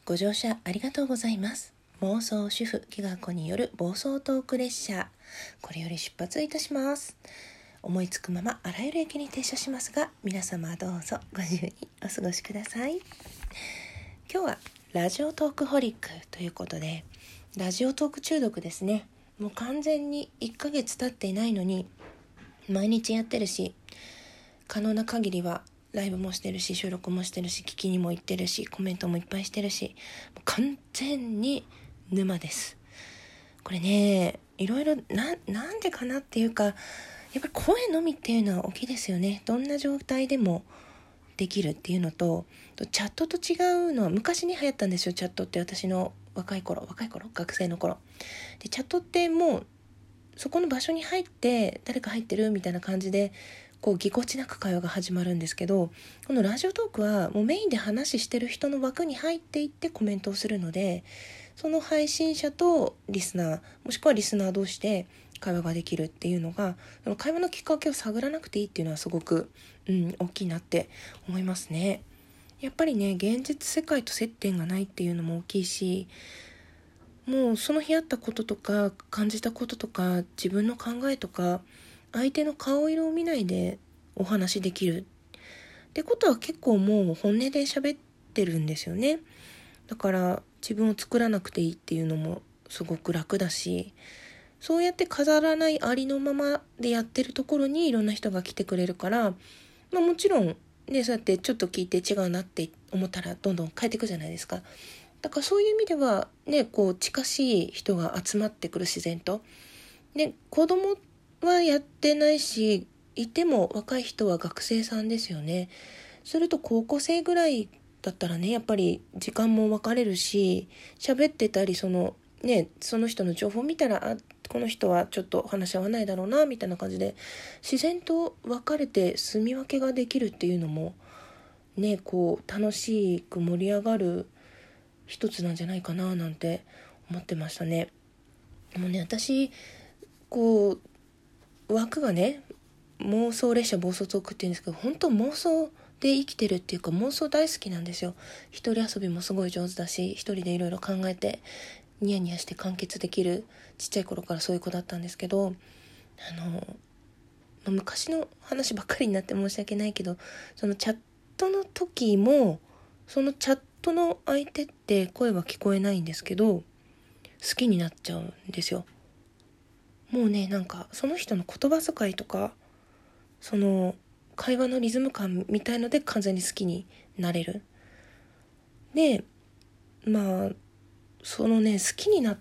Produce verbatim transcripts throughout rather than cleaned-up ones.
ご乗車ありがとうございます。妄想主婦きがこによる暴走トーク列車、これより出発いたします。思いつくままあらゆる駅に停車しますが、皆様どうぞご自由にお過ごしください。今日はラジオトークホリックということで、ラジオトーク中毒ですね。もう完全にいっかげつ経っていないのに毎日やってるし、可能な限りはライブもしてるし、収録もしてるし、聞きにも行ってるし、コメントもいっぱいしてるし、完全に沼です。これね、いろいろな、なんでかなっていうか、やっぱり声のみっていうのは大きいですよね。どんな状態でもできるっていうのと、チャットと違うのは昔に流行ったんですよ。チャットって、私の若い頃、若い頃、学生の頃。で、チャットってもうそこの場所に入って誰か入ってるみたいな感じで、こうぎこちなく会話が始まるんですけど、このラジオトークはもうメインで話してる人の枠に入っていってコメントをするので、その配信者とリスナー、もしくはリスナー同士で会話ができるっていうのが、その会話のきっかけを探らなくていいっていうのはすごく、うん、大きいなって思いますね。やっぱりね、現実世界と接点がないっていうのも大きいし、もうその日あったこととか感じたこととか自分の考えとか、相手の顔色を見ないでお話できるってことは結構もう本音で喋ってるんですよね。だから自分を作らなくていいっていうのもすごく楽だし、そうやって飾らないありのままでやってるところにいろんな人が来てくれるから、まあ、もちろんね、そうやってちょっと聞いて違うなって思ったらどんどん変えていくじゃないですか。だからそういう意味ではね、こう近しい人が集まってくる、自然と。で、子供はやってないし、いても若い人は学生さんですよね。すると高校生ぐらいだったらね、やっぱり時間も分かれるし、喋ってたり、そのね、その人の情報を見たら、あ、この人はちょっと話し合わないだろうなみたいな感じで、自然と分かれて住み分けができるっていうのもね、こう楽しく盛り上がる一つなんじゃないかななんて思ってましたね。もうね、私こう枠がね、妄想列車暴走トークって言うんですけど、本当妄想で生きてるっていうか、妄想大好きなんですよ。一人遊びもすごい上手だし、一人でいろいろ考えてニヤニヤして完結できる、ちっちゃい頃からそういう子だったんですけど、あの昔の話ばっかりになって申し訳ないけど、そのチャットの時も、そのチャットの相手って声は聞こえないんですけど、好きになっちゃうんですよ。もうね、なんかその人の言葉遣いとか、その会話のリズム感みたいので完全に好きになれる。で、まあそのね、好きになって、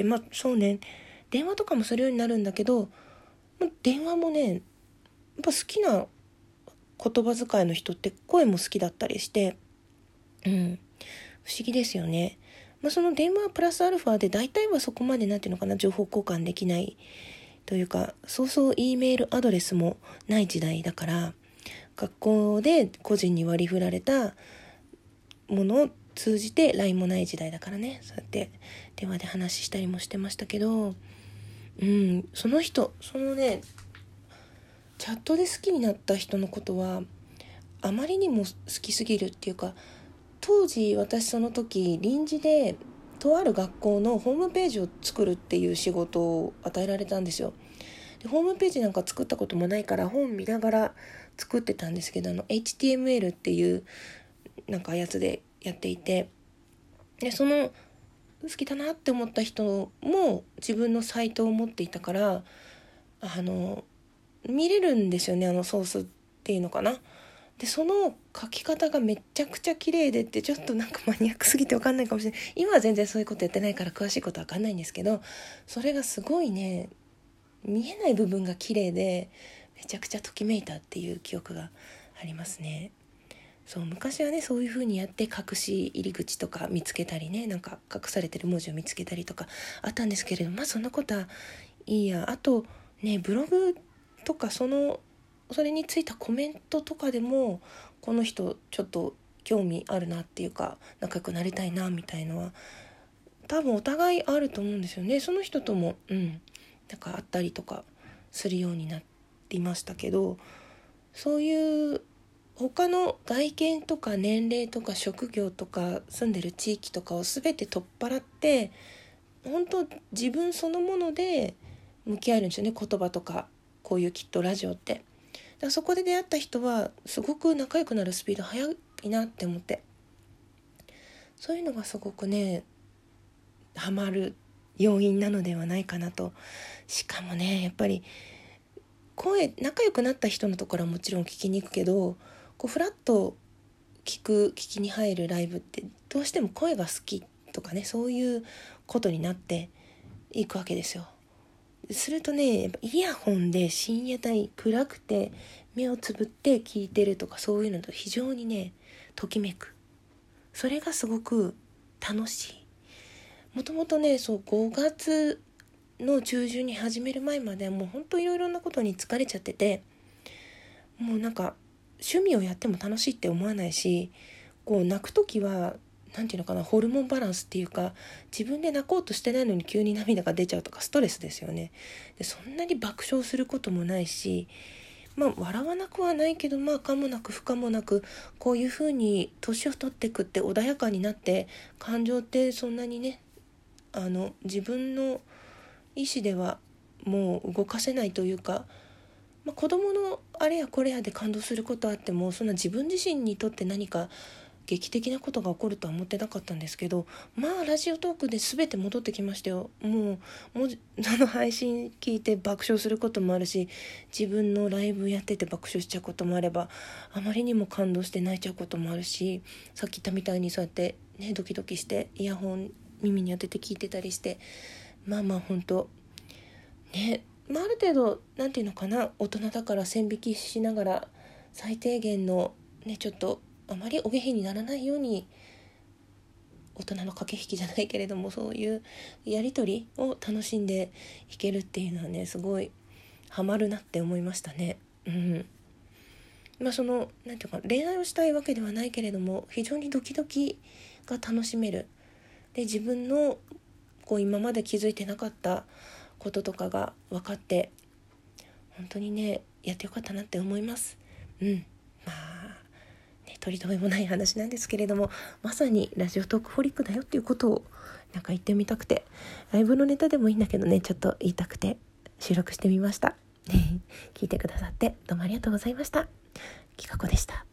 まあそうね、電話とかもするようになるんだけど、電話もね、やっぱ好きな言葉遣いの人って声も好きだったりして、うん、不思議ですよね。まあ、その電話プラスアルファで大体はそこまでなんていうのかな、情報交換できないというか、そうそう E メールアドレスもない時代だから、学校で個人に割り振られたものを通じて ライン もない時代だからね、そうやって電話で話したりもしてましたけど、うん、その人、そのね、チャットで好きになった人のことはあまりにも好きすぎるっていうか、当時私その時臨時でとある学校のホームページを作るっていう仕事を与えられたんですよ。で、ホームページなんか作ったこともないから本見ながら作ってたんですけど、あの エイチティーエムエル っていうなんかやつでやっていて、でその好きだなって思った人も自分のサイトを持っていたから、あの見れるんですよね、あのソースっていうのかな。でその書き方がめちゃくちゃ綺麗でって、ちょっとなんかマニアックすぎて分かんないかもしれない。今は全然そういうことやってないから詳しいことは分かんないんですけど、それがすごいね、見えない部分が綺麗でめちゃくちゃときめいたっていう記憶がありますね。そう、昔はね、そういう風にやって隠し入り口とか見つけたりね、なんか隠されてる文字を見つけたりとかあったんですけれど、まあそんなことはいいや。あとね、ブログとかそのそれについたコメントとかでも、この人ちょっと興味あるなっていうか、仲良くなりたいなみたいのは多分お互いあると思うんですよね。その人ともうんなんか会ったりとかするようになっていましたけど、そういう他の外見とか年齢とか職業とか住んでる地域とかを全て取っ払って本当自分そのもので向き合えるんですよね。言葉とかこういうきっとラジオって。だからそこで出会った人はすごく仲良くなるスピード速いなって思って、そういうのがすごくねハマる要因なのではないかなと。しかもねやっぱり声仲良くなった人のところはもちろん聞きに行くけど、こうフラッと聞く聞きに入るライブってどうしても声が好きとかね、そういうことになっていくわけですよ。するとねやっぱイヤホンで深夜帯暗くて目をつぶって聞いてるとか、そういうのと非常にねときめく。それがすごく楽しい。もともとねそうごがつの中旬に始める前まではもうほんといろいろなことに疲れちゃってて、もうなんか趣味をやっても楽しいって思わないし、こう泣くときはなんていうのかな、ホルモンバランスっていうか、自分で泣こうとしてないのに急に涙が出ちゃうとかストレスですよね。でそんなに爆笑することもないし、まあ笑わなくはないけど、まあ可もなく不可もなく、こういう風に年を取ってくって穏やかになって、感情ってそんなにねあの自分の意思ではもう動かせないというか、まあ、子供のあれやこれやで感動することあっても、そんな自分自身にとって何か劇的なことが起こるとは思ってなかったんですけど、まあラジオトークで全て戻ってきましたよ。もうもうその配信聞いて爆笑することもあるし、自分のライブやってて爆笑しちゃうこともあれば、あまりにも感動して泣いちゃうこともあるし、さっき言ったみたいにそうやってねドキドキしてイヤホン耳に当てて聞いてたりして、まあまあ本当ね、まあ、ある程度なんていうのかな、大人だから線引きしながら最低限のねちょっとあまりお下品にならないように、大人の駆け引きじゃないけれどもそういうやり取りを楽しんでいけるっていうのはねすごいハマるなって思いましたね。うん。まあそのなんていうか恋愛をしたいわけではないけれども、非常にドキドキが楽しめる。で自分のこう今まで気づいてなかったこととかが分かって、本当にねやってよかったなって思います。うん。まあね、取り留めもない話なんですけれども、まさにラジオトークホリックだよっていうことをなんか言ってみたくて、ライブのネタでもいいんだけどねちょっと言いたくて収録してみました。聞いてくださってどうもありがとうございました。きかこでした。